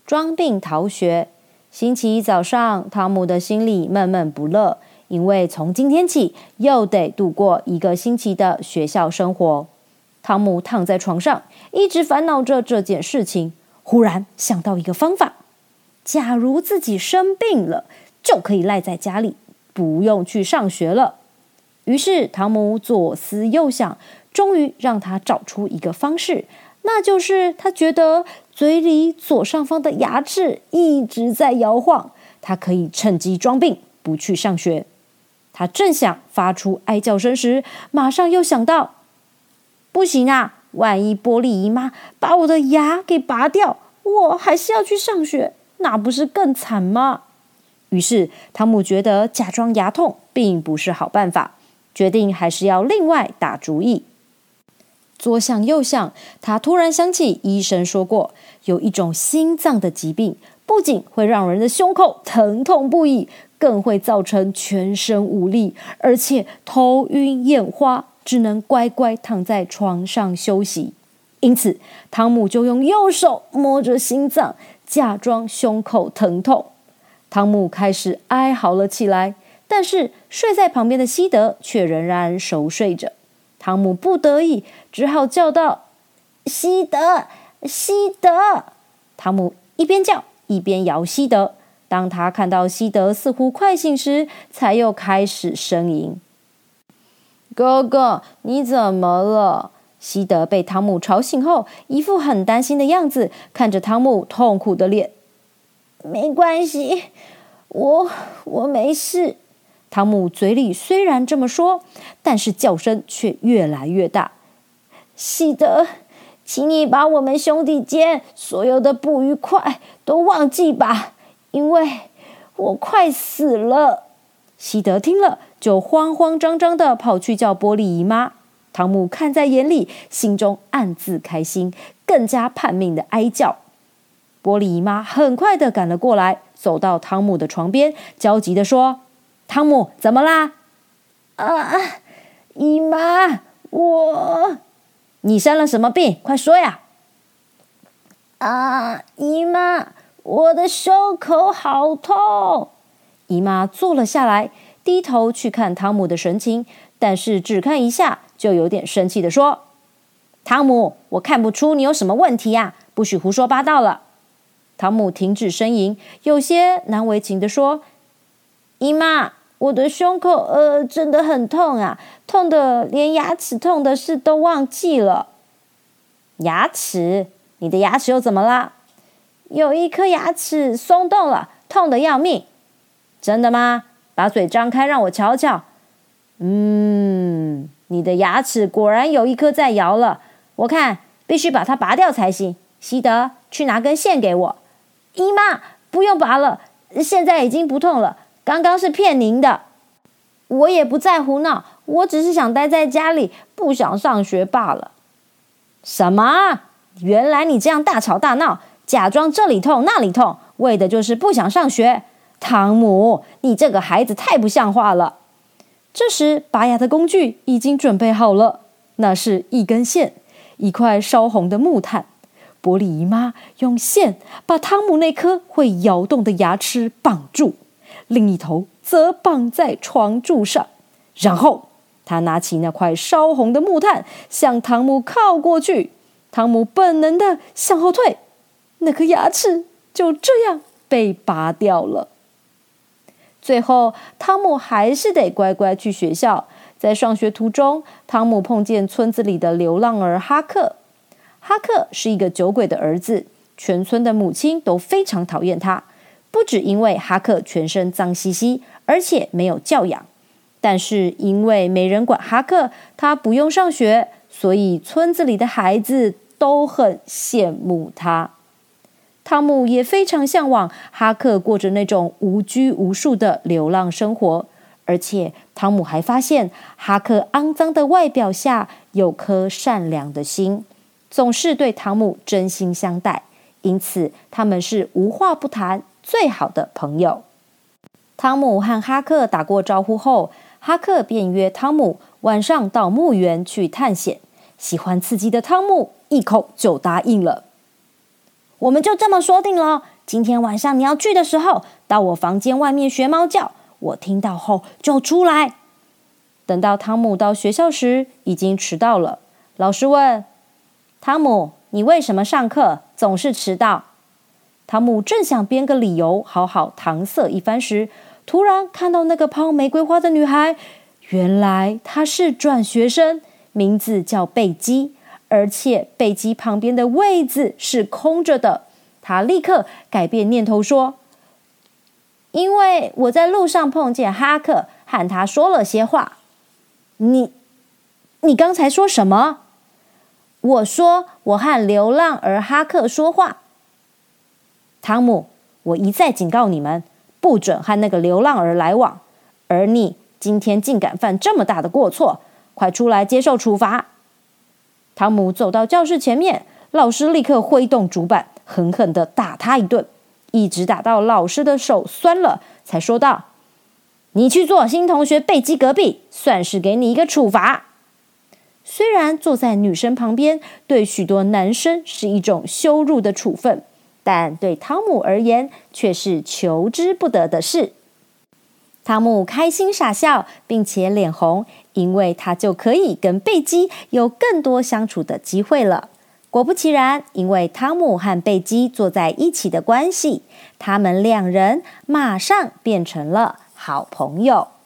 装病逃学。星期一早上，汤姆的心里闷闷不乐，因为从今天起又得度过1个星期的学校生活。汤姆躺在床上，一直烦恼着这件事情，忽然想到一个方法。假如自己生病了，就可以赖在家里，不用去上学了。于是汤姆左思右想，终于让他找出一个方式，那就是他觉得嘴里左上方的牙齿一直在摇晃，他可以趁机装病，不去上学。他正想发出哀叫声时，马上又想到，不行啊，万一波利姨妈把我的牙给拔掉，我还是要去上学，那不是更惨吗？于是汤姆觉得假装牙痛并不是好办法，决定还是要另外打主意。左想右想，他突然想起医生说过，有一种心脏的疾病，不仅会让人的胸口疼痛不已，更会造成全身无力，而且头晕眼花，只能乖乖躺在床上休息。因此汤姆就用右手摸着心脏，假装胸口疼痛。汤姆开始哀嚎了起来，但是睡在旁边的西德却仍然熟睡着。汤姆不得已只好叫道，西德，西德。汤姆一边叫一边摇西德，当他看到西德似乎快醒时，才又开始呻吟。哥哥，你怎么了？西德被汤姆吵醒后，一副很担心的样子，看着汤姆痛苦的脸。没关系，我没事。汤姆嘴里虽然这么说，但是叫声却越来越大。西德，请你把我们兄弟间所有的不愉快都忘记吧，因为我快死了。西德听了，就慌慌张张地跑去叫波利姨妈。汤姆看在眼里，心中暗自开心，更加叛命的哀叫。波利姨妈很快地赶了过来，走到汤姆的床边，焦急地说，汤姆，怎么啦？姨妈，你生了什么病？快说呀！姨妈，我的胸口好痛。姨妈坐了下来，低头去看汤姆的神情，但是只看一下，就有点生气地说，汤姆，我看不出你有什么问题呀，不许胡说八道了。汤姆停止呻吟，有些难为情地说，姨妈，我的胸口真的很痛啊，痛的连牙齿痛的事都忘记了。牙齿？你的牙齿又怎么啦？有一颗牙齿松动了，痛得要命。真的吗？把嘴张开让我瞧瞧。你的牙齿果然有一颗在摇了，我看必须把它拔掉才行。西德，去拿根线给我。姨妈，不用拔了，现在已经不痛了，刚刚是骗您的。我也不在胡闹，我只是想待在家里，不想上学罢了。什么？原来你这样大吵大闹，假装这里痛那里痛，为的就是不想上学。汤姆，你这个孩子太不像话了。这时拔牙的工具已经准备好了，那是一根线，一块烧红的木炭。波利姨妈用线把汤姆那颗会摇动的牙齿绑住，另一头则绑在床柱上，然后他拿起那块烧红的木炭向汤姆靠过去。汤姆本能的向后退，那颗牙齿就这样被拔掉了。最后汤姆还是得乖乖去学校。在上学途中，汤姆碰见村子里的流浪儿哈克。哈克是一个酒鬼的儿子，全村的母亲都非常讨厌他，不只因为哈克全身脏兮兮，而且没有教养，但是因为没人管哈克，他不用上学，所以村子里的孩子都很羡慕他。汤姆也非常向往哈克过着那种无拘无束的流浪生活，而且汤姆还发现哈克肮脏的外表下有颗善良的心，总是对汤姆真心相待，因此他们是无话不谈，最好的朋友。汤姆和哈克打过招呼后，哈克便约汤姆晚上到墓园去探险。喜欢刺激的汤姆一口就答应了。我们就这么说定了， 今天晚上你要去的时候，到我房间外面学猫叫，我听到后就出来。”等到汤姆到学校时，已经迟到了。老师问：“汤姆，你为什么上课总是迟到？”汤姆正想编个理由，好好搪塞一番时，突然看到那个抛玫瑰花的女孩，原来她是转学生，名字叫贝基，而且贝基旁边的位子是空着的。他立刻改变念头说：“因为我在路上碰见哈克，和他说了些话。”你刚才说什么？我说我和流浪儿哈克说话。汤姆，我一再警告你们，不准和那个流浪儿来往，而你今天竟敢犯这么大的过错，快出来接受处罚！汤姆走到教室前面，老师立刻挥动竹板，狠狠地打他一顿，一直打到老师的手酸了，才说道：“你去坐新同学贝基隔壁，算是给你一个处罚。”虽然坐在女生旁边对许多男生是一种羞辱的处分，但对汤姆而言却是求之不得的事。汤姆开心傻笑，并且脸红，因为他就可以跟贝基有更多相处的机会了。果不其然，因为汤姆和贝基坐在一起的关系，他们两人马上变成了好朋友。